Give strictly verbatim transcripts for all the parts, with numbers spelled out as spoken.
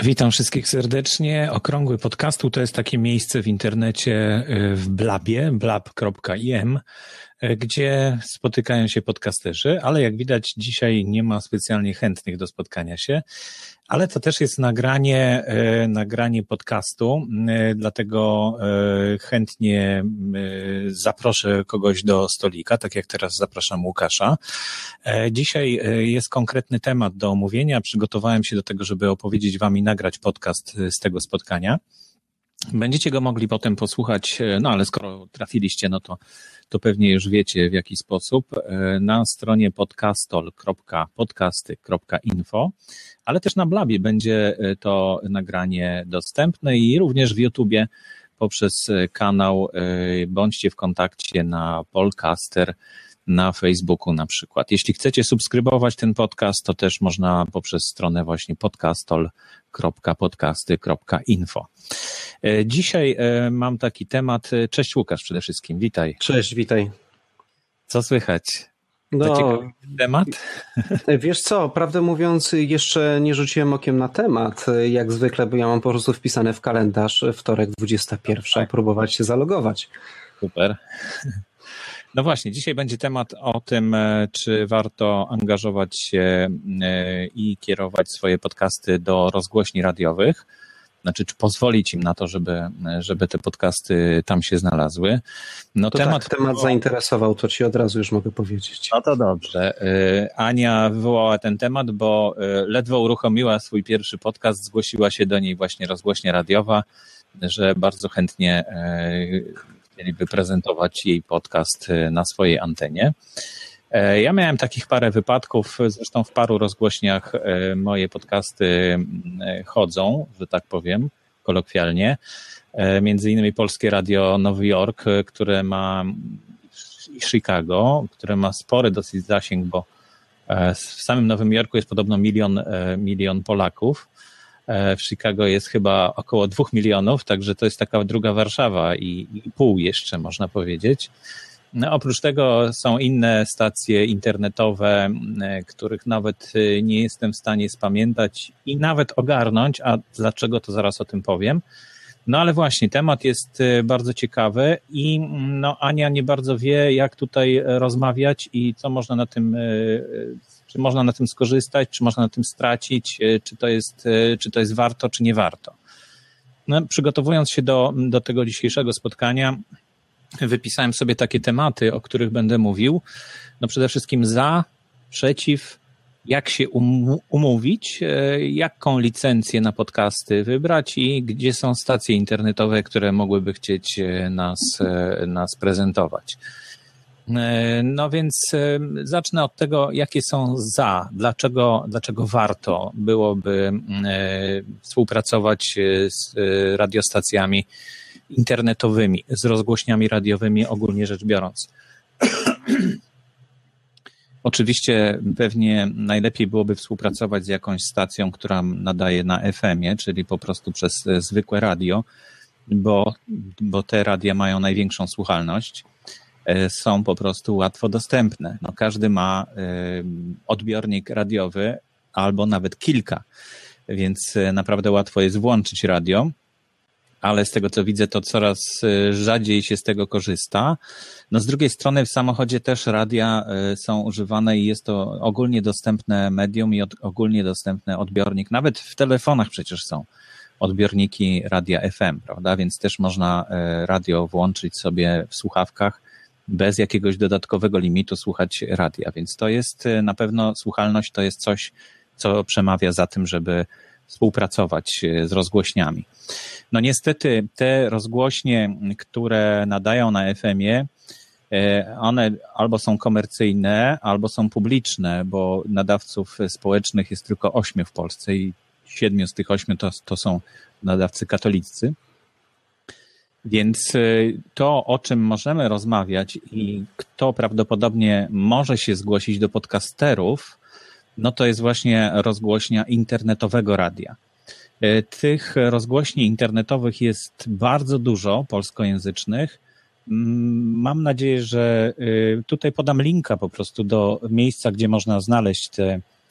Witam wszystkich serdecznie. Okrągły podcastu to jest takie miejsce w internecie w Blabie, blab kropka i m, gdzie spotykają się podcasterzy, ale jak widać dzisiaj nie ma specjalnie chętnych do spotkania się, ale to też jest nagranie, nagranie podcastu, dlatego chętnie zaproszę kogoś do stolika, tak jak teraz zapraszam Łukasza. Dzisiaj jest konkretny temat do omówienia. Przygotowałem się do tego, żeby opowiedzieć wam i nagrać podcast z tego spotkania. Będziecie go mogli potem posłuchać, no ale skoro trafiliście, no to, to pewnie już wiecie w jaki sposób, na stronie podcastol kropka podcasty kropka info, ale też na Blabie będzie to nagranie dostępne i również w YouTubie poprzez kanał Bądźcie w kontakcie na Polcaster, na Facebooku na przykład. Jeśli chcecie subskrybować ten podcast, to też można poprzez stronę właśnie podcastol kropka podcasty kropka info. Dzisiaj mam taki temat. Cześć Łukasz przede wszystkim, witaj. Cześć, witaj. Co słychać? No, to ciekawy temat? Wiesz co, prawdę mówiąc jeszcze nie rzuciłem okiem na temat, jak zwykle, bo ja mam po prostu wpisane w kalendarz wtorek dwudziesta pierwsza, tak. Próbować się zalogować. Super. No właśnie, dzisiaj będzie temat o tym, czy warto angażować się i kierować swoje podcasty do rozgłośni radiowych. Znaczy, czy pozwolić im na to, żeby, żeby te podcasty tam się znalazły. No to temat, tak, temat zainteresował, to ci od razu już mogę powiedzieć. No to dobrze. Ania wywołała ten temat, bo ledwo uruchomiła swój pierwszy podcast, zgłosiła się do niej właśnie rozgłośnia radiowa, że bardzo chętnie chcieliby prezentować jej podcast na swojej antenie. Ja miałem takich parę wypadków, zresztą w paru rozgłośniach moje podcasty chodzą, że tak powiem, kolokwialnie. Między innymi Polskie Radio Nowy Jork, które ma i Chicago, które ma spory dosyć zasięg, bo w samym Nowym Jorku jest podobno milion, milion Polaków. W Chicago jest chyba około dwóch milionów, także to jest taka druga Warszawa i, i pół jeszcze, można powiedzieć. No, oprócz tego są inne stacje internetowe, których nawet nie jestem w stanie spamiętać i nawet ogarnąć, a dlaczego, to zaraz o tym powiem. No ale właśnie, temat jest bardzo ciekawy i no, Ania nie bardzo wie, jak tutaj rozmawiać i co można na tym, czy można na tym skorzystać, czy można na tym stracić, czy to jest, czy to jest warto, czy nie warto. No, przygotowując się do, do tego dzisiejszego spotkania, wypisałem sobie takie tematy, o których będę mówił. No przede wszystkim za, przeciw, jak się um, umówić, jaką licencję na podcasty wybrać i gdzie są stacje internetowe, które mogłyby chcieć nas, nas prezentować. No więc zacznę od tego, jakie są za, dlaczego, dlaczego warto byłoby współpracować z radiostacjami internetowymi, z rozgłośniami radiowymi ogólnie rzecz biorąc. Oczywiście pewnie najlepiej byłoby współpracować z jakąś stacją, która nadaje na F M-ie, czyli po prostu przez zwykłe radio, bo, bo te radia mają największą słuchalność, są po prostu łatwo dostępne. No, każdy ma odbiornik radiowy albo nawet kilka, więc naprawdę łatwo jest włączyć radio, ale z tego co widzę, to coraz rzadziej się z tego korzysta. No z drugiej strony w samochodzie też radia są używane i jest to ogólnie dostępne medium i od, ogólnie dostępny odbiornik. Nawet w telefonach przecież są odbiorniki radia F M, prawda? Więc też można radio włączyć sobie w słuchawkach bez jakiegoś dodatkowego limitu słuchać radia. Więc to jest na pewno, słuchalność to jest coś, co przemawia za tym, żeby współpracować z rozgłośniami. No niestety te rozgłośnie, które nadają na F M-ie, one albo są komercyjne, albo są publiczne, bo nadawców społecznych jest tylko ośmiu w Polsce i siedmiu z tych ośmiu to, to są nadawcy katolicy. Więc to, o czym możemy rozmawiać i kto prawdopodobnie może się zgłosić do podcasterów, no to jest właśnie rozgłośnia internetowego radia. Tych rozgłośni internetowych jest bardzo dużo polskojęzycznych. Mam nadzieję, że tutaj podam linka po prostu do miejsca, gdzie można znaleźć te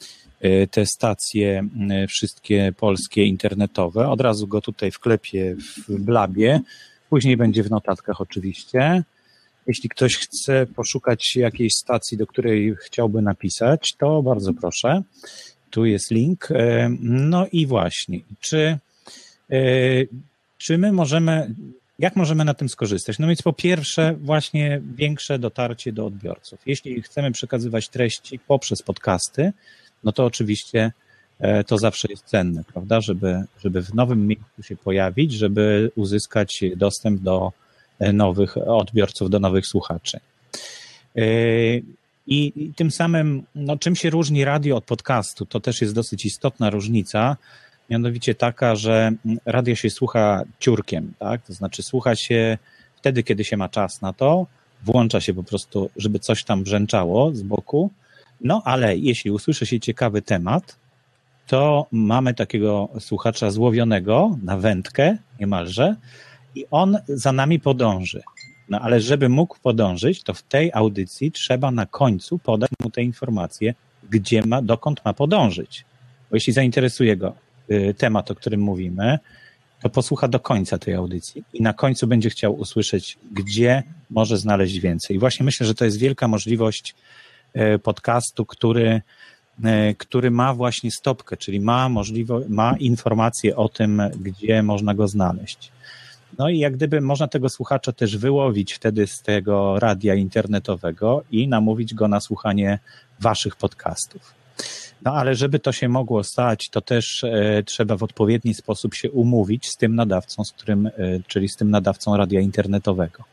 te stacje wszystkie polskie internetowe. Od razu go tutaj wklepię w Blabie, później będzie w notatkach oczywiście. Jeśli ktoś chce poszukać jakiejś stacji, do której chciałby napisać, to bardzo proszę. Tu jest link. No i właśnie, czy, czy my możemy, jak możemy na tym skorzystać? No więc po pierwsze właśnie większe dotarcie do odbiorców. Jeśli chcemy przekazywać treści poprzez podcasty, no to oczywiście to zawsze jest cenne, prawda, żeby, żeby w nowym miejscu się pojawić, żeby uzyskać dostęp do nowych odbiorców, do nowych słuchaczy. I, i tym samym, no, czym się różni radio od podcastu, to też jest dosyć istotna różnica, mianowicie taka, że radio się słucha ciurkiem, tak? To znaczy słucha się wtedy, kiedy się ma czas na to, włącza się po prostu, żeby coś tam brzęczało z boku, no ale jeśli usłyszy się ciekawy temat, to mamy takiego słuchacza złowionego na wędkę niemalże i on za nami podąży. No ale żeby mógł podążyć, to w tej audycji trzeba na końcu podać mu te informacje, gdzie ma, dokąd ma podążyć. Bo jeśli zainteresuje go y, temat, o którym mówimy, to posłucha do końca tej audycji i na końcu będzie chciał usłyszeć, gdzie może znaleźć więcej. I właśnie myślę, że to jest wielka możliwość y, podcastu, który, y, który ma właśnie stopkę, czyli ma możliwość, ma informacje o tym, gdzie można go znaleźć. No i jak gdyby można tego słuchacza też wyłowić wtedy z tego radia internetowego i namówić go na słuchanie waszych podcastów. No ale żeby to się mogło stać, to też e, trzeba w odpowiedni sposób się umówić z tym nadawcą, z którym, e, czyli z tym nadawcą radia internetowego.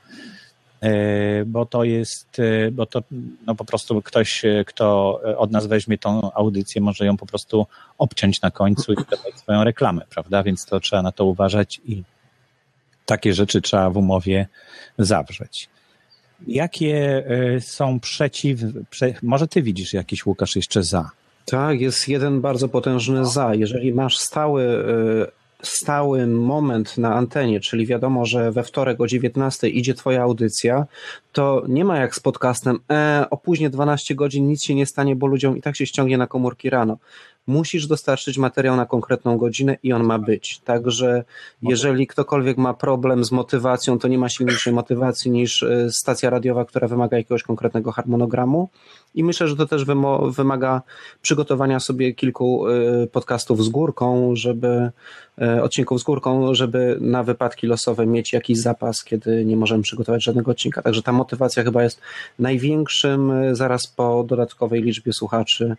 E, bo to jest, e, bo to no po prostu ktoś, kto od nas weźmie tą audycję, może ją po prostu obciąć na końcu i dodać swoją reklamę, prawda? Więc to trzeba na to uważać i takie rzeczy trzeba w umowie zawrzeć. Jakie są przeciw... Prze, może ty widzisz jakiś, Łukasz, jeszcze za? Tak, jest jeden bardzo potężny za. Jeżeli masz stały, stały moment na antenie, czyli wiadomo, że we wtorek o dziewiętnastej idzie twoja audycja, to nie ma jak z podcastem, e, opóźnię dwanaście godzin, nic się nie stanie, bo ludziom i tak się ściągnie na komórki rano. Musisz dostarczyć materiał na konkretną godzinę i on ma być. Także jeżeli ktokolwiek ma problem z motywacją, to nie ma silniejszej motywacji niż stacja radiowa, która wymaga jakiegoś konkretnego harmonogramu. I myślę, że to też wymaga przygotowania sobie kilku podcastów z górką, żeby odcinków z górką, żeby na wypadki losowe mieć jakiś zapas, kiedy nie możemy przygotować żadnego odcinka. Także ta motywacja chyba jest największym, zaraz po dodatkowej liczbie słuchaczy,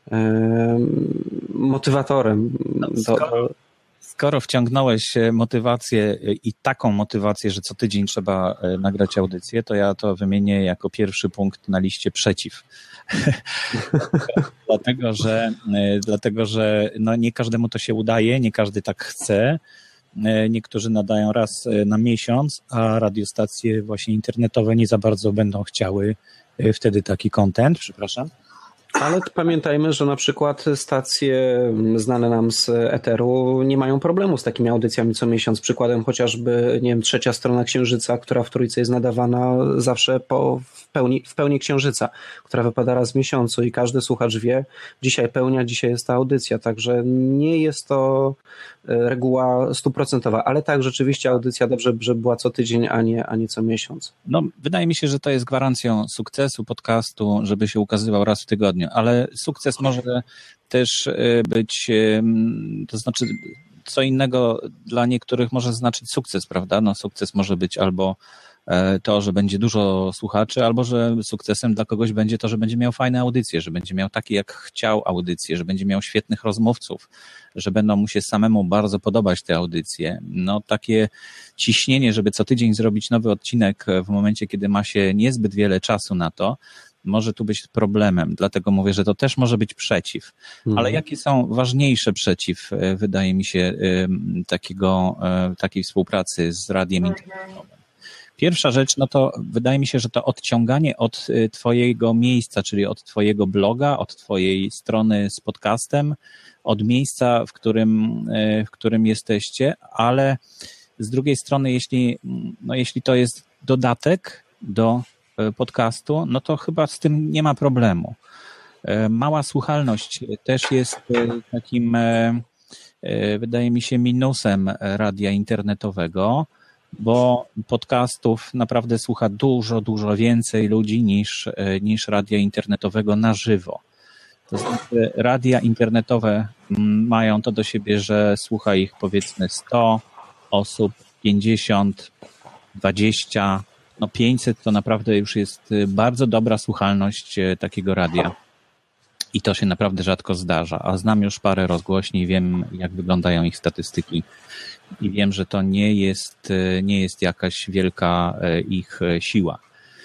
motywatorem. No, skoro, do... skoro wciągnąłeś motywację i taką motywację, że co tydzień trzeba nagrać audycję, to ja to wymienię jako pierwszy punkt na liście przeciw. dlatego, że, dlatego, że no nie każdemu to się udaje, nie każdy tak chce. Niektórzy nadają raz na miesiąc, a radiostacje właśnie internetowe nie za bardzo będą chciały wtedy taki content, przepraszam. Ale pamiętajmy, że na przykład stacje znane nam z eteru nie mają problemu z takimi audycjami co miesiąc. Przykładem chociażby, nie wiem, Trzecia Strona Księżyca, która w Trójce jest nadawana zawsze po, w, pełni, w pełni Księżyca, która wypada raz w miesiącu i każdy słuchacz wie, dzisiaj pełnia, dzisiaj jest ta audycja, także nie jest to reguła stuprocentowa, ale tak, rzeczywiście audycja dobrze, żeby była co tydzień, a nie, a nie co miesiąc. No, wydaje mi się, że to jest gwarancją sukcesu podcastu, żeby się ukazywał raz w tygodniu, ale sukces może też być, to znaczy co innego dla niektórych może znaczyć sukces, prawda? No, sukces może być albo to, że będzie dużo słuchaczy, albo że sukcesem dla kogoś będzie to, że będzie miał fajne audycje, że będzie miał takie jak chciał audycje, że będzie miał świetnych rozmówców, że będą mu się samemu bardzo podobać te audycje. No takie ciśnienie, żeby co tydzień zrobić nowy odcinek w momencie, kiedy ma się niezbyt wiele czasu na to, może tu być problemem. Dlatego mówię, że to też może być przeciw. Mhm. Ale jakie są ważniejsze przeciw, wydaje mi się, takiego, takiej współpracy z radiem internetowym? Pierwsza rzecz, no to wydaje mi się, że to odciąganie od twojego miejsca, czyli od twojego bloga, od twojej strony z podcastem, od miejsca, w którym, w którym jesteście, ale z drugiej strony, jeśli, no jeśli to jest dodatek do podcastu, no to chyba z tym nie ma problemu. Mała słuchalność też jest takim, wydaje mi się, minusem radia internetowego, bo podcastów naprawdę słucha dużo, dużo więcej ludzi niż, niż radia internetowego na żywo. To znaczy radia internetowe mają to do siebie, że słucha ich powiedzmy sto osób, pięćdziesiąt, dwadzieścia, no pięćset to naprawdę już jest bardzo dobra słuchalność takiego radia. I to się naprawdę rzadko zdarza, a znam już parę rozgłośni, wiem jak wyglądają ich statystyki i wiem, że to nie jest, nie jest jakaś wielka ich siła.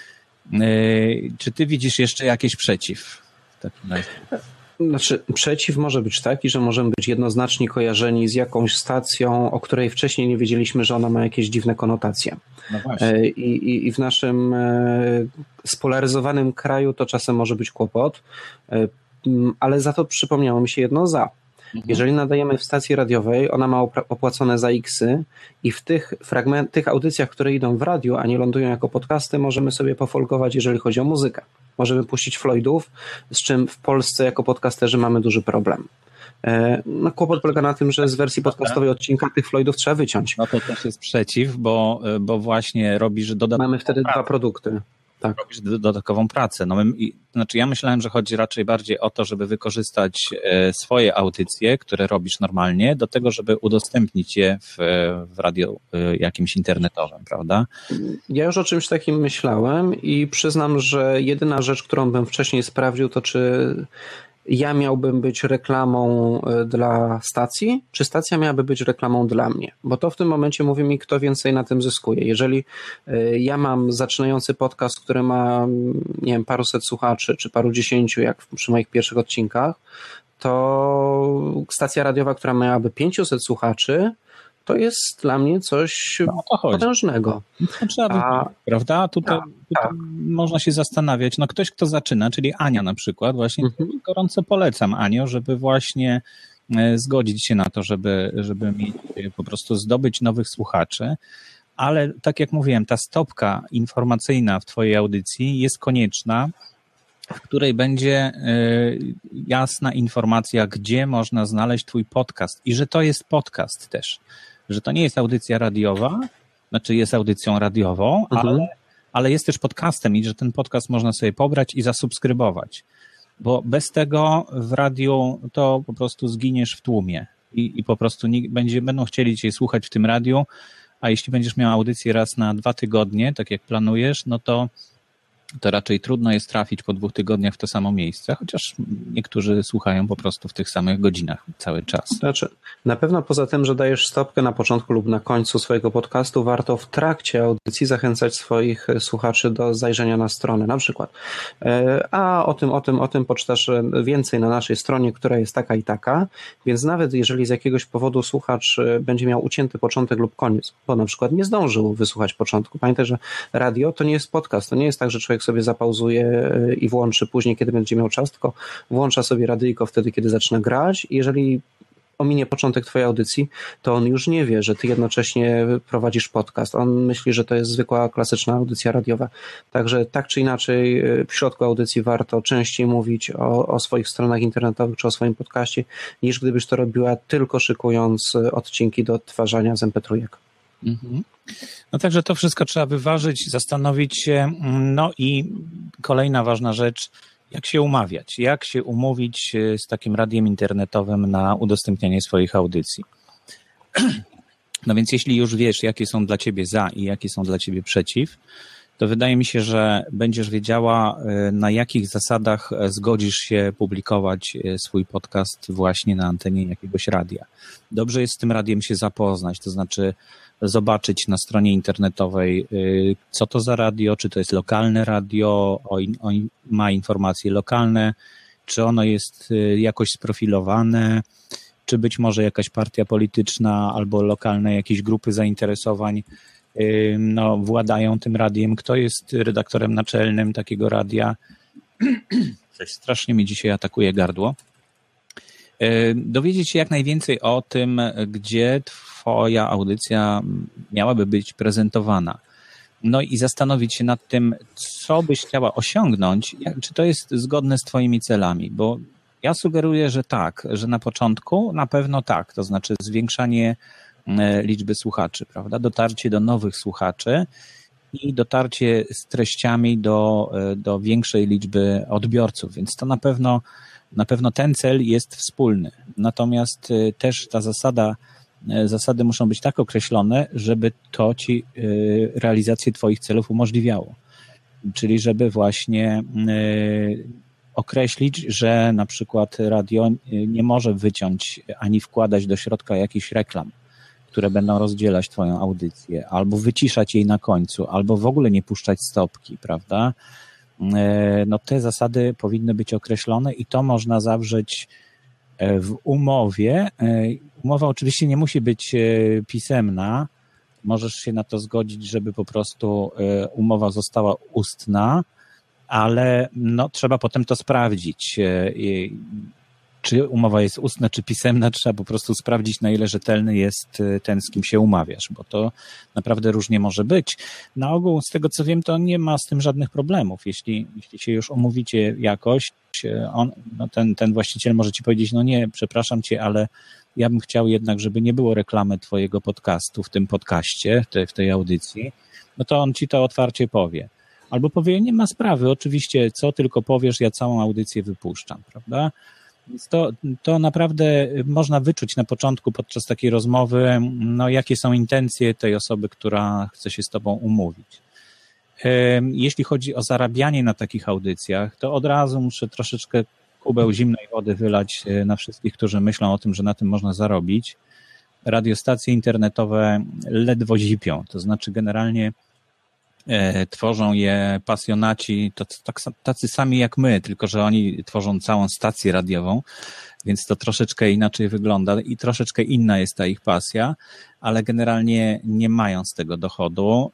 Czy ty widzisz jeszcze jakieś przeciw w takim razie? Znaczy, przeciw może być taki, że możemy być jednoznacznie kojarzeni z jakąś stacją, o której wcześniej nie wiedzieliśmy, że ona ma jakieś dziwne konotacje. No właśnie. I, i, I w naszym spolaryzowanym kraju to czasem może być kłopot, ale za to przypomniało mi się jedno za. Jeżeli nadajemy w stacji radiowej, ona ma opłacone za X-y i w tych fragment, tych audycjach, które idą w radiu, a nie lądują jako podcasty, możemy sobie pofolgować, jeżeli chodzi o muzykę. Możemy puścić Floydów, z czym w Polsce jako podcasterzy mamy duży problem. No, kłopot polega na tym, że z wersji podcastowej odcinka tych Floydów trzeba wyciąć. No to też jest przeciw, bo, bo właśnie robisz dodatkową Mamy wtedy pracę. dwa produkty. Tak. Robisz dodatkową pracę. No, my, znaczy ja myślałem, że chodzi raczej bardziej o to, żeby wykorzystać swoje audycje, które robisz normalnie, do tego, żeby udostępnić je w, w radio jakimś internetowym, prawda? Ja już o czymś takim myślałem i przyznam, że jedyna rzecz, którą bym wcześniej sprawdził, to czy ja miałbym być reklamą dla stacji, czy stacja miałaby być reklamą dla mnie? Bo to w tym momencie mówi mi, kto więcej na tym zyskuje. Jeżeli ja mam zaczynający podcast, który ma, nie wiem, paruset słuchaczy, czy paru dziesięciu, jak przy moich pierwszych odcinkach, to stacja radiowa, która miałaby pięciuset słuchaczy, to jest dla mnie coś no, potężnego. To trzeba A, być, prawda? Tutaj, tak, tutaj tak. można się zastanawiać. No ktoś, kto zaczyna, czyli Ania na przykład, właśnie mhm. gorąco polecam Anio, żeby właśnie zgodzić się na to, żeby, żeby mieć, po prostu zdobyć nowych słuchaczy. Ale tak jak mówiłem, ta stopka informacyjna w twojej audycji jest konieczna, w której będzie jasna informacja, gdzie można znaleźć twój podcast i że to jest podcast też. Że to nie jest audycja radiowa, znaczy jest audycją radiową, mhm. ale, ale jest też podcastem i że ten podcast można sobie pobrać i zasubskrybować. Bo bez tego w radiu to po prostu zginiesz w tłumie i, i po prostu nie, będzie, będą chcieli cię słuchać w tym radiu, a jeśli będziesz miał audycję raz na dwa tygodnie, tak jak planujesz, no to to raczej trudno jest trafić po dwóch tygodniach w to samo miejsce, chociaż niektórzy słuchają po prostu w tych samych godzinach cały czas. Znaczy, na pewno poza tym, że dajesz stopkę na początku lub na końcu swojego podcastu, warto w trakcie audycji zachęcać swoich słuchaczy do zajrzenia na stronę, na przykład. A o tym, o tym, o tym poczytasz więcej na naszej stronie, która jest taka i taka, więc nawet jeżeli z jakiegoś powodu słuchacz będzie miał ucięty początek lub koniec, bo na przykład nie zdążył wysłuchać początku. Pamiętaj, że radio to nie jest podcast, to nie jest tak, że człowiek sobie zapauzuje i włączy później, kiedy będzie miał czas, tylko włącza sobie radyjko wtedy, kiedy zaczyna grać i jeżeli ominie początek twojej audycji, to on już nie wie, że ty jednocześnie prowadzisz podcast. On myśli, że to jest zwykła, klasyczna audycja radiowa. Także tak czy inaczej w środku audycji warto częściej mówić o, o swoich stronach internetowych czy o swoim podcaście, niż gdybyś to robiła tylko szykując odcinki do odtwarzania z em pe trzy. Mhm. No także to wszystko trzeba wyważyć, zastanowić się. No i kolejna ważna rzecz, jak się umawiać, jak się umówić z takim radiem internetowym na udostępnianie swoich audycji. No więc jeśli już wiesz, jakie są dla ciebie za i jakie są dla ciebie przeciw, to wydaje mi się, że będziesz wiedziała, na jakich zasadach zgodzisz się publikować swój podcast właśnie na antenie jakiegoś radia. Dobrze jest z tym radiem się zapoznać, to znaczy zobaczyć na stronie internetowej, co to za radio, czy to jest lokalne radio, ma informacje lokalne, czy ono jest jakoś sprofilowane, czy być może jakaś partia polityczna albo lokalne jakieś grupy zainteresowań no, władają tym radiem, kto jest redaktorem naczelnym takiego radia. Coś strasznie mi dzisiaj atakuje gardło. Dowiedzieć się jak najwięcej o tym, gdzie twoja audycja miałaby być prezentowana. no i zastanowić się nad tym, co byś chciała osiągnąć, czy to jest zgodne z twoimi celami, bo ja sugeruję, że tak, że na początku na pewno tak, to znaczy zwiększanie liczby słuchaczy, prawda, dotarcie do nowych słuchaczy i dotarcie z treściami do, do większej liczby odbiorców, więc to na pewno, na pewno ten cel jest wspólny. Natomiast też ta zasada, zasady muszą być tak określone, żeby to ci realizację twoich celów umożliwiało. Czyli żeby właśnie określić, że na przykład radio nie może wyciąć ani wkładać do środka jakichś reklam, które będą rozdzielać twoją audycję, albo wyciszać jej na końcu, albo w ogóle nie puszczać stopki, prawda? No te zasady powinny być określone i to można zawrzeć w umowie. Umowa oczywiście nie musi być pisemna. Możesz się na to zgodzić, żeby po prostu umowa została ustna, ale no, trzeba potem to sprawdzić. Czy umowa jest ustna, czy pisemna, trzeba po prostu sprawdzić, na ile rzetelny jest ten, z kim się umawiasz, bo to naprawdę różnie może być. Na ogół, z tego co wiem, to nie ma z tym żadnych problemów. Jeśli, jeśli się już umówicie jakoś, on, no ten, ten właściciel może ci powiedzieć, no nie, przepraszam cię, ale ja bym chciał jednak, żeby nie było reklamy twojego podcastu w tym podcaście, w tej, w tej audycji, no to on ci to otwarcie powie. Albo powie, nie ma sprawy, oczywiście, co tylko powiesz, ja całą audycję wypuszczam, prawda? Więc to, to naprawdę można wyczuć na początku podczas takiej rozmowy, no jakie są intencje tej osoby, która chce się z tobą umówić. Jeśli chodzi o zarabianie na takich audycjach, to od razu muszę troszeczkę kubeł zimnej wody wylać na wszystkich, którzy myślą o tym, że na tym można zarobić. Radiostacje internetowe ledwo zipią, to znaczy generalnie tworzą je pasjonaci, to tak, tacy sami jak my, tylko że oni tworzą całą stację radiową, więc to troszeczkę inaczej wygląda i troszeczkę inna jest ta ich pasja, ale generalnie nie mają z tego dochodu.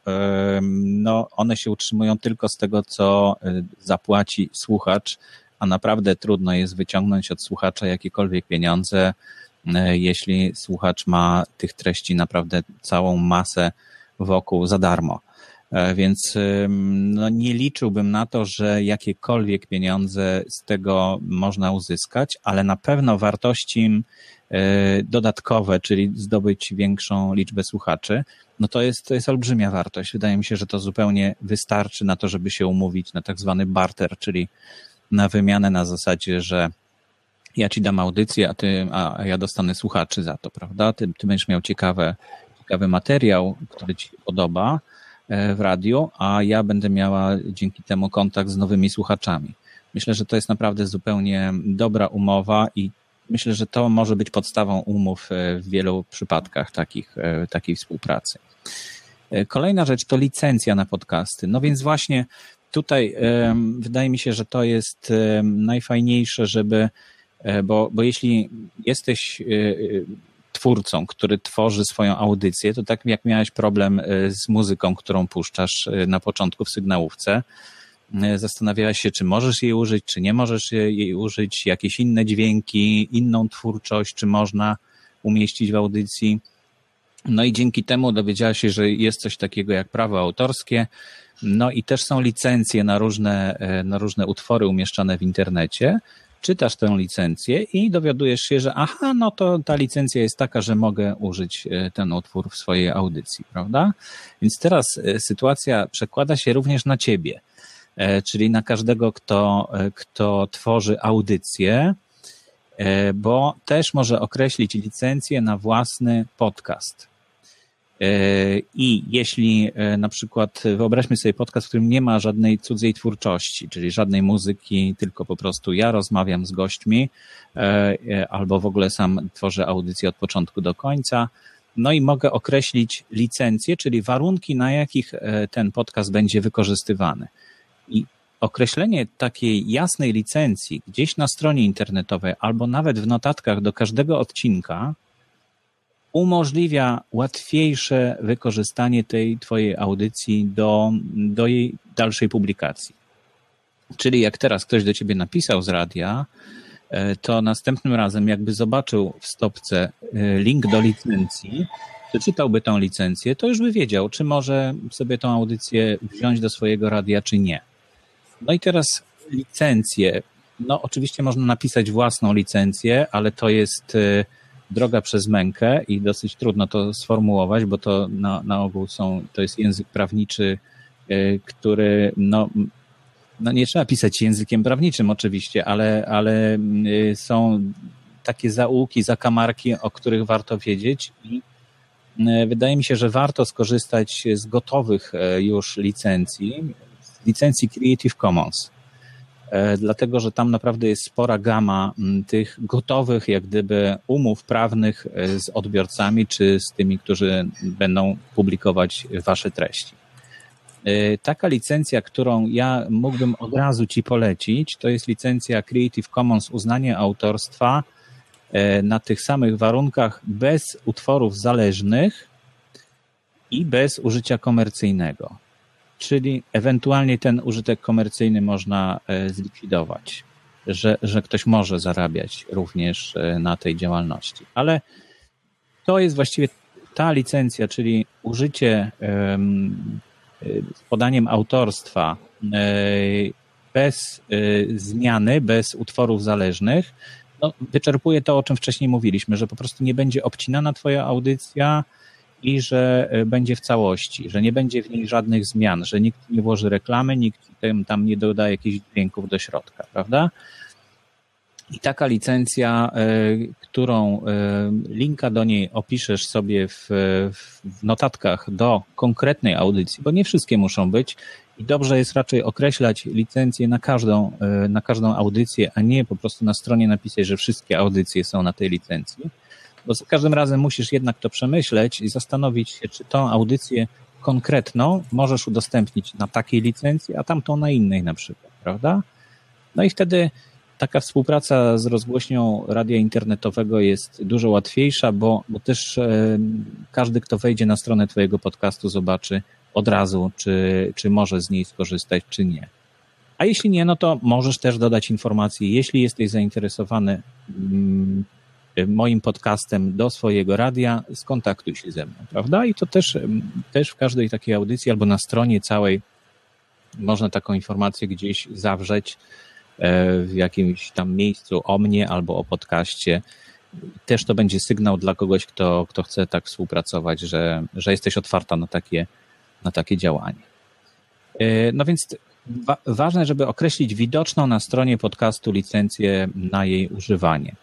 No, one się utrzymują tylko z tego, co zapłaci słuchacz, a naprawdę trudno jest wyciągnąć od słuchacza jakiekolwiek pieniądze, jeśli słuchacz ma tych treści naprawdę całą masę wokół za darmo. Więc no, nie liczyłbym na to, że jakiekolwiek pieniądze z tego można uzyskać, ale na pewno wartości dodatkowe, czyli zdobyć większą liczbę słuchaczy, no to jest, to jest olbrzymia wartość. Wydaje mi się, że to zupełnie wystarczy na to, żeby się umówić na tak zwany barter, czyli na wymianę na zasadzie, że ja ci dam audycję, a ty, a ja dostanę słuchaczy za to, prawda? Ty, ty będziesz miał ciekawe, ciekawy materiał, który ci się podoba w radiu, a ja będę miała dzięki temu kontakt z nowymi słuchaczami. Myślę, że to jest naprawdę zupełnie dobra umowa i myślę, że to może być podstawą umów w wielu przypadkach takich, takiej współpracy. Kolejna rzecz to licencja na podcasty. No więc właśnie tutaj wydaje mi się, że to jest najfajniejsze, żeby, bo, bo jeśli jesteś twórcą, który tworzy swoją audycję, to tak jak miałeś problem z muzyką, którą puszczasz na początku w sygnałówce, zastanawiałaś się, czy możesz jej użyć, czy nie możesz jej użyć, jakieś inne dźwięki, inną twórczość, czy można umieścić w audycji. No i dzięki temu dowiedziałaś się, że jest coś takiego jak prawo autorskie, no i też są licencje na różne, na różne utwory umieszczane w internecie. Czytasz tę licencję i dowiadujesz się, że aha, no to ta licencja jest taka, że mogę użyć ten utwór w swojej audycji, prawda? Więc teraz sytuacja przekłada się również na ciebie, czyli na każdego, kto, kto tworzy audycję, bo też może określić licencję na własny podcast. I jeśli na przykład wyobraźmy sobie podcast, w którym nie ma żadnej cudzej twórczości, czyli żadnej muzyki, tylko po prostu ja rozmawiam z gośćmi albo w ogóle sam tworzę audycję od początku do końca, no i mogę określić licencję, czyli warunki, na jakich ten podcast będzie wykorzystywany. I określenie takiej jasnej licencji gdzieś na stronie internetowej albo nawet w notatkach do każdego odcinka umożliwia łatwiejsze wykorzystanie tej twojej audycji do, do jej dalszej publikacji. Czyli jak teraz ktoś do ciebie napisał z radia to następnym razem jakby zobaczył w stopce link do licencji, przeczytałby tą licencję, to już by wiedział, czy może sobie tą audycję wziąć do swojego radia, czy nie. No i teraz licencje. No oczywiście można napisać własną licencję, ale to jest droga przez mękę i dosyć trudno to sformułować, bo to na, na ogół są, to jest język prawniczy, który no, no nie trzeba pisać językiem prawniczym oczywiście, ale, ale są takie zaułki, zakamarki, o których warto wiedzieć i wydaje mi się, że warto skorzystać z gotowych już licencji, z licencji Creative Commons, dlatego że tam naprawdę jest spora gama tych gotowych jak gdyby umów prawnych z odbiorcami czy z tymi, którzy będą publikować wasze treści. Taka licencja, którą ja mógłbym od razu ci polecić, to jest licencja Creative Commons uznanie autorstwa na tych samych warunkach bez utworów zależnych i bez użycia komercyjnego. Czyli ewentualnie ten użytek komercyjny można zlikwidować, że, że ktoś może zarabiać również na tej działalności. Ale to jest właściwie ta licencja, czyli użycie z podaniem autorstwa bez zmiany, bez utworów zależnych, no, wyczerpuje to, o czym wcześniej mówiliśmy, że po prostu nie będzie obcinana twoja audycja i że będzie w całości, że nie będzie w niej żadnych zmian, że nikt nie włoży reklamy, nikt tam nie doda jakichś dźwięków do środka, prawda? I taka licencja, którą linka do niej opiszesz sobie w, w notatkach do konkretnej audycji, bo nie wszystkie muszą być i dobrze jest raczej określać licencję na każdą, na każdą audycję, a nie po prostu na stronie napisać, że wszystkie audycje są na tej licencji, bo za każdym razem musisz jednak to przemyśleć i zastanowić się, czy tą audycję konkretną możesz udostępnić na takiej licencji, a tamtą na innej na przykład, prawda? No i wtedy taka współpraca z rozgłośnią radia internetowego jest dużo łatwiejsza, bo, bo też e, każdy, kto wejdzie na stronę twojego podcastu, zobaczy od razu, czy, czy może z niej skorzystać, czy nie. A jeśli nie, no to możesz też dodać informację, jeśli jesteś zainteresowany mm, moim podcastem do swojego radia, skontaktuj się ze mną, prawda? I to też, też w każdej takiej audycji albo na stronie całej można taką informację gdzieś zawrzeć w jakimś tam miejscu o mnie albo o podcaście. Też to będzie sygnał dla kogoś, kto, kto chce tak współpracować, że, że jesteś otwarta na takie, na takie działanie. No więc wa- ważne, żeby określić widoczną na stronie podcastu licencję na jej używanie.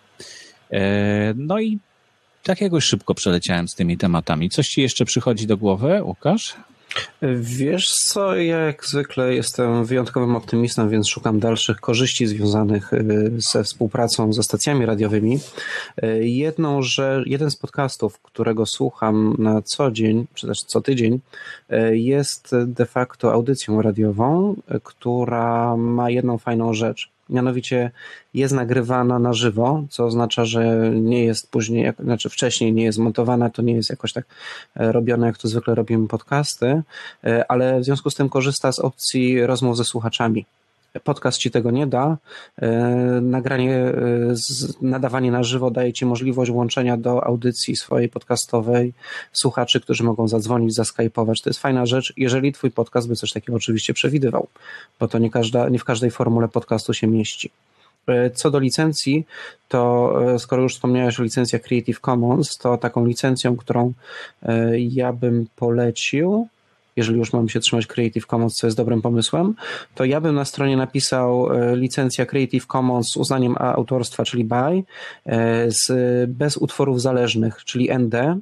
No i tak jakoś szybko przeleciałem z tymi tematami. Coś ci jeszcze przychodzi do głowy, Łukasz? Wiesz co, ja jak zwykle jestem wyjątkowym optymistą, więc szukam dalszych korzyści związanych ze współpracą ze stacjami radiowymi. Jedną, że jeden z podcastów, którego słucham na co dzień, czy też co tydzień, jest de facto audycją radiową, która ma jedną fajną rzecz. Mianowicie jest nagrywana na żywo, co oznacza, że nie jest później, znaczy wcześniej nie jest montowana, to nie jest jakoś tak robione, jak to zwykle robimy podcasty, ale w związku z tym korzysta z opcji rozmów ze słuchaczami. Podcast ci tego nie da. Nagranie, nadawanie na żywo daje ci możliwość włączenia do audycji swojej podcastowej słuchaczy, którzy mogą zadzwonić, zaskypować. To jest fajna rzecz, jeżeli twój podcast by coś takiego oczywiście przewidywał, bo to nie, każda, nie w każdej formule podcastu się mieści. Co do licencji, to skoro już wspomniałeś o licencjach Creative Commons, to taką licencją, którą ja bym polecił, jeżeli już mamy się trzymać Creative Commons, co jest dobrym pomysłem, to ja bym na stronie napisał licencja Creative Commons z uznaniem autorstwa, czyli B Y, z, bez utworów zależnych, czyli N D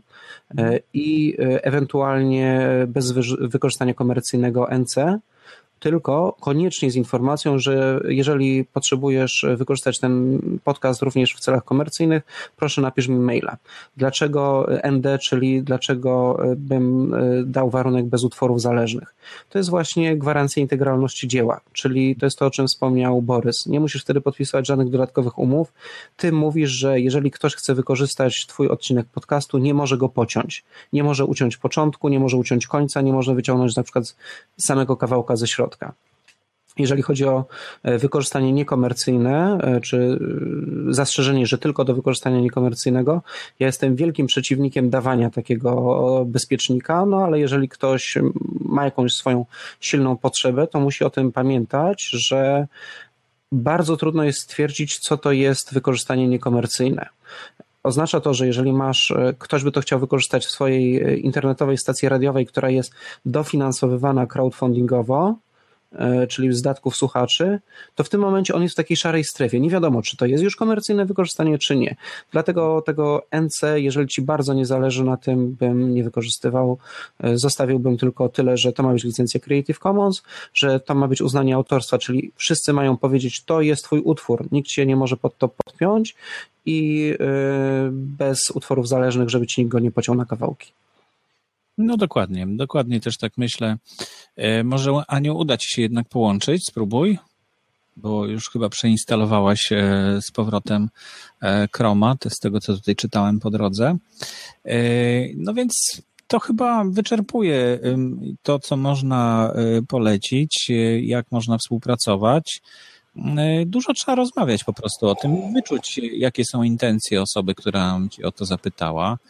i ewentualnie bez wykorzystania komercyjnego N C, tylko koniecznie z informacją, że jeżeli potrzebujesz wykorzystać ten podcast również w celach komercyjnych, proszę napisz mi maila. Dlaczego N D, czyli dlaczego bym dał warunek bez utworów zależnych? To jest właśnie gwarancja integralności dzieła, czyli to jest to, o czym wspomniał Borys. Nie musisz wtedy podpisywać żadnych dodatkowych umów. Ty mówisz, że jeżeli ktoś chce wykorzystać twój odcinek podcastu, nie może go pociąć. Nie może uciąć początku, nie może uciąć końca, nie może wyciągnąć na przykład samego kawałka ze środka. Jeżeli chodzi o wykorzystanie niekomercyjne, czy zastrzeżenie, że tylko do wykorzystania niekomercyjnego, ja jestem wielkim przeciwnikiem dawania takiego bezpiecznika, no ale jeżeli ktoś ma jakąś swoją silną potrzebę, to musi o tym pamiętać, że bardzo trudno jest stwierdzić, co to jest wykorzystanie niekomercyjne. Oznacza to, że jeżeli masz, ktoś by to chciał wykorzystać w swojej internetowej stacji radiowej, która jest dofinansowywana crowdfundingowo, czyli z datków słuchaczy, to w tym momencie on jest w takiej szarej strefie. Nie wiadomo, czy to jest już komercyjne wykorzystanie, czy nie. Dlatego tego N C, jeżeli ci bardzo nie zależy na tym, bym nie wykorzystywał. Zostawiłbym tylko tyle, że to ma być licencja Creative Commons, że tam ma być uznanie autorstwa, czyli wszyscy mają powiedzieć, to jest twój utwór, nikt się nie może pod to podpiąć i bez utworów zależnych, żeby ci nikt go nie pociął na kawałki. No dokładnie, dokładnie też tak myślę. Może, Aniu, uda ci się jednak połączyć, spróbuj, bo już chyba przeinstalowałaś z powrotem Chroma, to z tego, co tutaj czytałem po drodze. No więc to chyba wyczerpuje to, co można polecić, jak można współpracować. Dużo trzeba rozmawiać po prostu o tym, wyczuć, jakie są intencje osoby, która cię o to zapytała.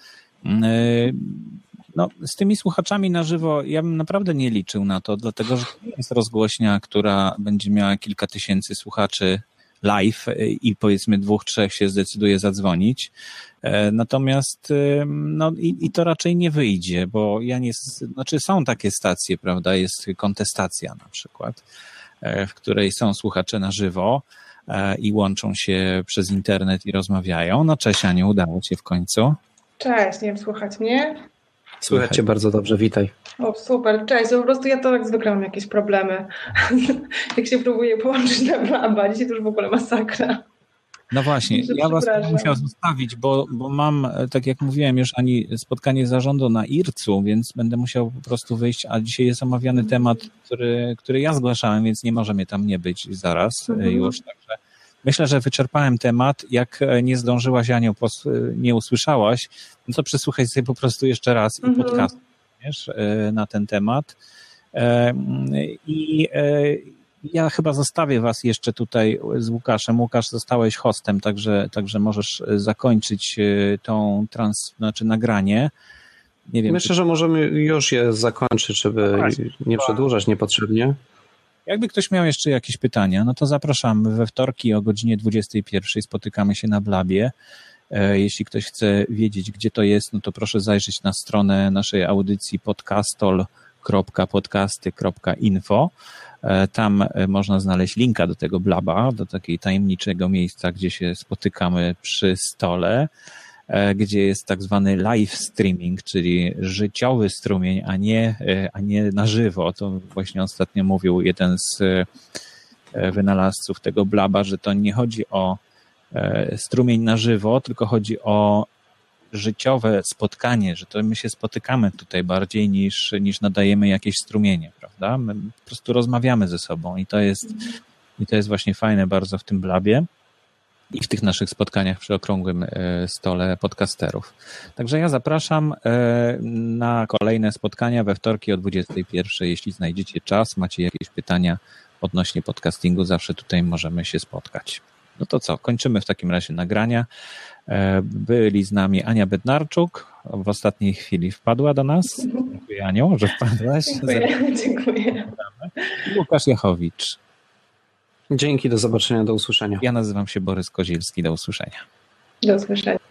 No, z tymi słuchaczami na żywo ja bym naprawdę nie liczył na to, dlatego że to nie jest rozgłośnia, która będzie miała kilka tysięcy słuchaczy live i powiedzmy dwóch, trzech się zdecyduje zadzwonić. Natomiast no i, i to raczej nie wyjdzie, bo ja nie, znaczy są takie stacje, prawda, jest kontestacja na przykład, w której są słuchacze na żywo i łączą się przez internet i rozmawiają. No cześć Aniu, udało się w końcu. Cześć, nie wiem, słuchać mnie? Słychać cię bardzo dobrze, witaj. O, super, cześć, po prostu ja to jak zwykle mam jakieś problemy, jak się próbuję połączyć na Blaba, dzisiaj to już w ogóle masakra. No właśnie, ja was będę musiał zostawić, bo, bo mam, tak jak mówiłem już, Ani, spotkanie zarządu na IRC-u, więc będę musiał po prostu wyjść, a dzisiaj jest omawiany mhm. temat, który, który ja zgłaszałem, więc nie może mnie tam nie być zaraz mhm. już, także myślę, że wyczerpałem temat. Jak nie zdążyłaś, Aniu, nie usłyszałaś, no to przesłuchaj sobie po prostu jeszcze raz i podcast wiesz, na ten temat. I ja chyba zostawię was jeszcze tutaj z Łukaszem. Łukasz, zostałeś hostem, także, także możesz zakończyć tą trans, znaczy nagranie. Nie wiem, Myślę, czy... że możemy już je zakończyć, żeby no nie przedłużać niepotrzebnie. Jakby ktoś miał jeszcze jakieś pytania, no to zapraszamy we wtorki o godzinie dwudziestej pierwszej. Spotykamy się na Blabie. Jeśli ktoś chce wiedzieć, gdzie to jest, no to proszę zajrzeć na stronę naszej audycji podcastol kropka podcasty kropka info. Tam można znaleźć linka do tego Blaba, do takiego tajemniczego miejsca, gdzie się spotykamy przy stole, gdzie jest tak zwany live streaming, czyli życiowy strumień, a nie, a nie na żywo. To właśnie ostatnio mówił jeden z wynalazców tego Blaba, że to nie chodzi o strumień na żywo, tylko chodzi o życiowe spotkanie, że to my się spotykamy tutaj bardziej niż, niż nadajemy jakieś strumienie, prawda? My po prostu rozmawiamy ze sobą i to jest, i to jest właśnie fajne bardzo w tym Blabie i w tych naszych spotkaniach przy okrągłym stole podcasterów. Także ja zapraszam na kolejne spotkania we wtorki o dwudziestej pierwszej. Jeśli znajdziecie czas, macie jakieś pytania odnośnie podcastingu, zawsze tutaj możemy się spotkać. No to co, kończymy w takim razie nagrania. Byli z nami Ania Bednarczuk, w ostatniej chwili wpadła do nas. Dziękuję, Aniu, że wpadłaś. Dziękuję, dziękuję. I Łukasz Jachowicz. Dzięki, do zobaczenia, do usłyszenia. Ja nazywam się Borys Kozielski, do usłyszenia. Do usłyszenia.